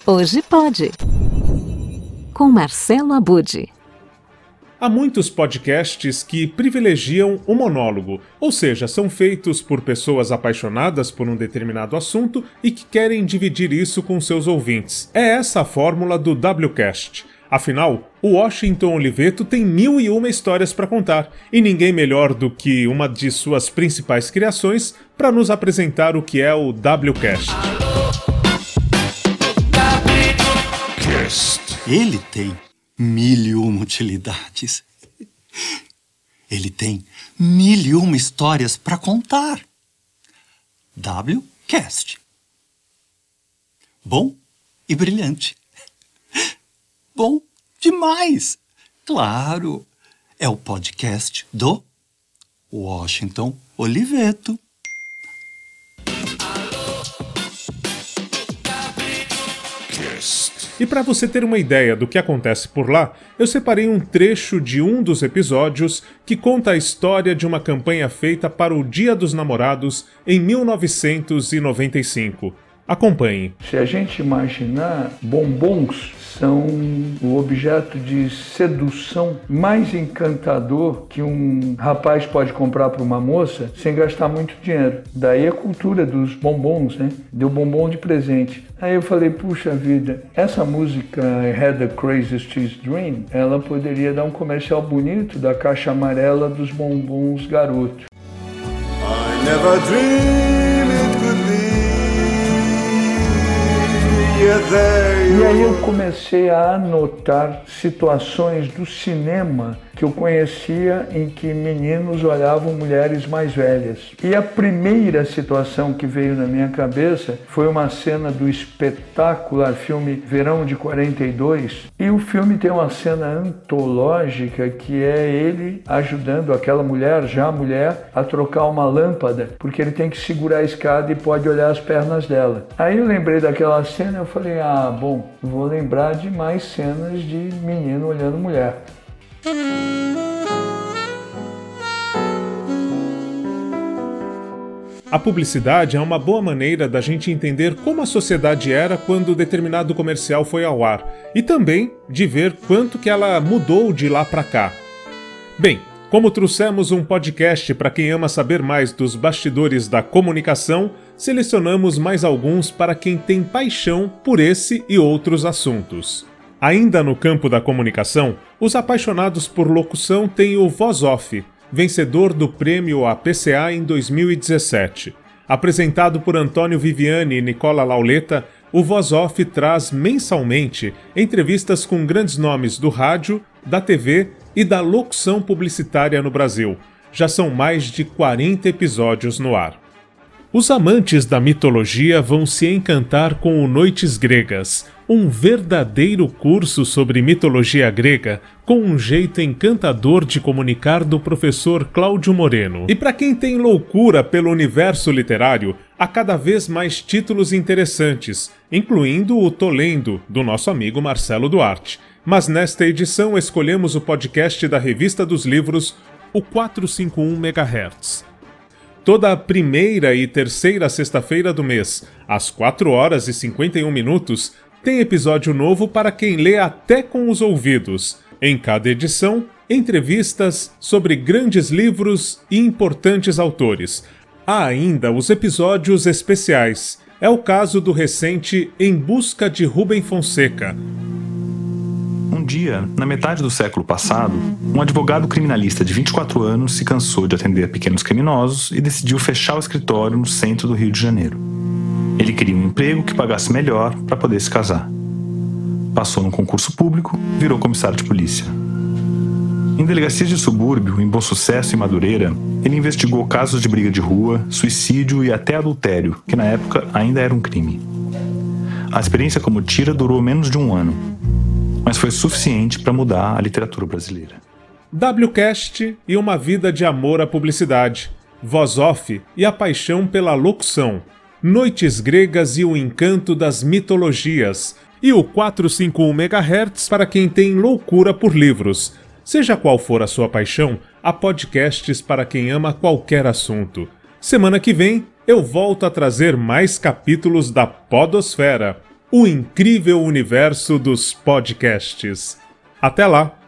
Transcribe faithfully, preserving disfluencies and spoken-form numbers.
Hoje pode. Com Marcelo Abud. Há muitos podcasts que privilegiam o monólogo, ou seja, são feitos por pessoas apaixonadas por um determinado assunto e que querem dividir isso com seus ouvintes. É essa a fórmula do WCast. Afinal, o Washington Oliveto tem mil e uma histórias para contar, e ninguém melhor do que uma de suas principais criações para nos apresentar o que é o WCast. Ele tem mil e uma utilidades. Ele tem mil e uma histórias para contar. WCast. Bom e brilhante. Bom demais. Claro, é o podcast do Washington Oliveto. E para você ter uma ideia do que acontece por lá, eu separei um trecho de um dos episódios que conta a história de uma campanha feita para o Dia dos Namorados em mil novecentos e noventa e cinco. Acompanhe. Se a gente imaginar, bombons são o objeto de sedução mais encantador que um rapaz pode comprar para uma moça sem gastar muito dinheiro. Daí a cultura dos bombons, né? Deu bombom de presente. Aí eu falei, puxa vida, essa música I Had the Craziest Dream, ela poderia dar um comercial bonito da caixa amarela dos bombons garoto. I never dreamed it could be. E aí eu comecei a anotar situações do cinema que eu conhecia em que meninos olhavam mulheres mais velhas. E a primeira situação que veio na minha cabeça foi uma cena do espetacular filme Verão de quarenta e dois. E o filme tem uma cena antológica que é ele ajudando aquela mulher, já mulher, a trocar uma lâmpada, porque ele tem que segurar a escada e pode olhar as pernas dela. Aí eu lembrei daquela cena e eu falei, ah, bom, vou lembrar de mais cenas de menino olhando mulher. A publicidade é uma boa maneira da gente entender como a sociedade era quando determinado comercial foi ao ar, e também de ver quanto que ela mudou de lá para cá. Bem, como trouxemos um podcast para quem ama saber mais dos bastidores da comunicação, selecionamos mais alguns para quem tem paixão por esse e outros assuntos. Ainda no campo da comunicação, os apaixonados por locução têm o Voz Off, vencedor do prêmio A P C A em dois mil e dezessete. Apresentado por Antônio Viviani e Nicola Lauleta, o Voz Off traz mensalmente entrevistas com grandes nomes do rádio, da T V e da locução publicitária no Brasil. Já são mais de quarenta episódios no ar. Os amantes da mitologia vão se encantar com o Noites Gregas, um verdadeiro curso sobre mitologia grega, com um jeito encantador de comunicar do professor Cláudio Moreno. E para quem tem loucura pelo universo literário, há cada vez mais títulos interessantes, incluindo o Tô Lendo, do nosso amigo Marcelo Duarte. Mas nesta edição escolhemos o podcast da Revista dos Livros, o quatrocentos e cinquenta e um megahertz. Toda a primeira e terceira sexta-feira do mês, às quatro horas e cinquenta e um minutos, tem episódio novo para quem lê até com os ouvidos. Em cada edição, entrevistas sobre grandes livros e importantes autores. Há ainda os episódios especiais. É o caso do recente Em Busca de Rubem Fonseca. Um dia, na metade do século passado, um advogado criminalista de vinte e quatro anos se cansou de atender pequenos criminosos e decidiu fechar o escritório no centro do Rio de Janeiro. Ele queria um emprego que pagasse melhor para poder se casar. Passou num concurso público, virou comissário de polícia. Em delegacias de subúrbio, em Bom Sucesso e Madureira, ele investigou casos de briga de rua, suicídio e até adultério, que na época ainda era um crime. A experiência como tira durou menos de um ano, mas foi suficiente para mudar a literatura brasileira. WCast e uma vida de amor à publicidade, Voz Off e a paixão pela locução, Noites Gregas e o encanto das mitologias, e o quatrocentos e cinquenta e um megahertz para quem tem loucura por livros. Seja qual for a sua paixão, há podcasts para quem ama qualquer assunto. Semana que vem, eu volto a trazer mais capítulos da Podosfera. o incrível universo dos podcasts. Até lá!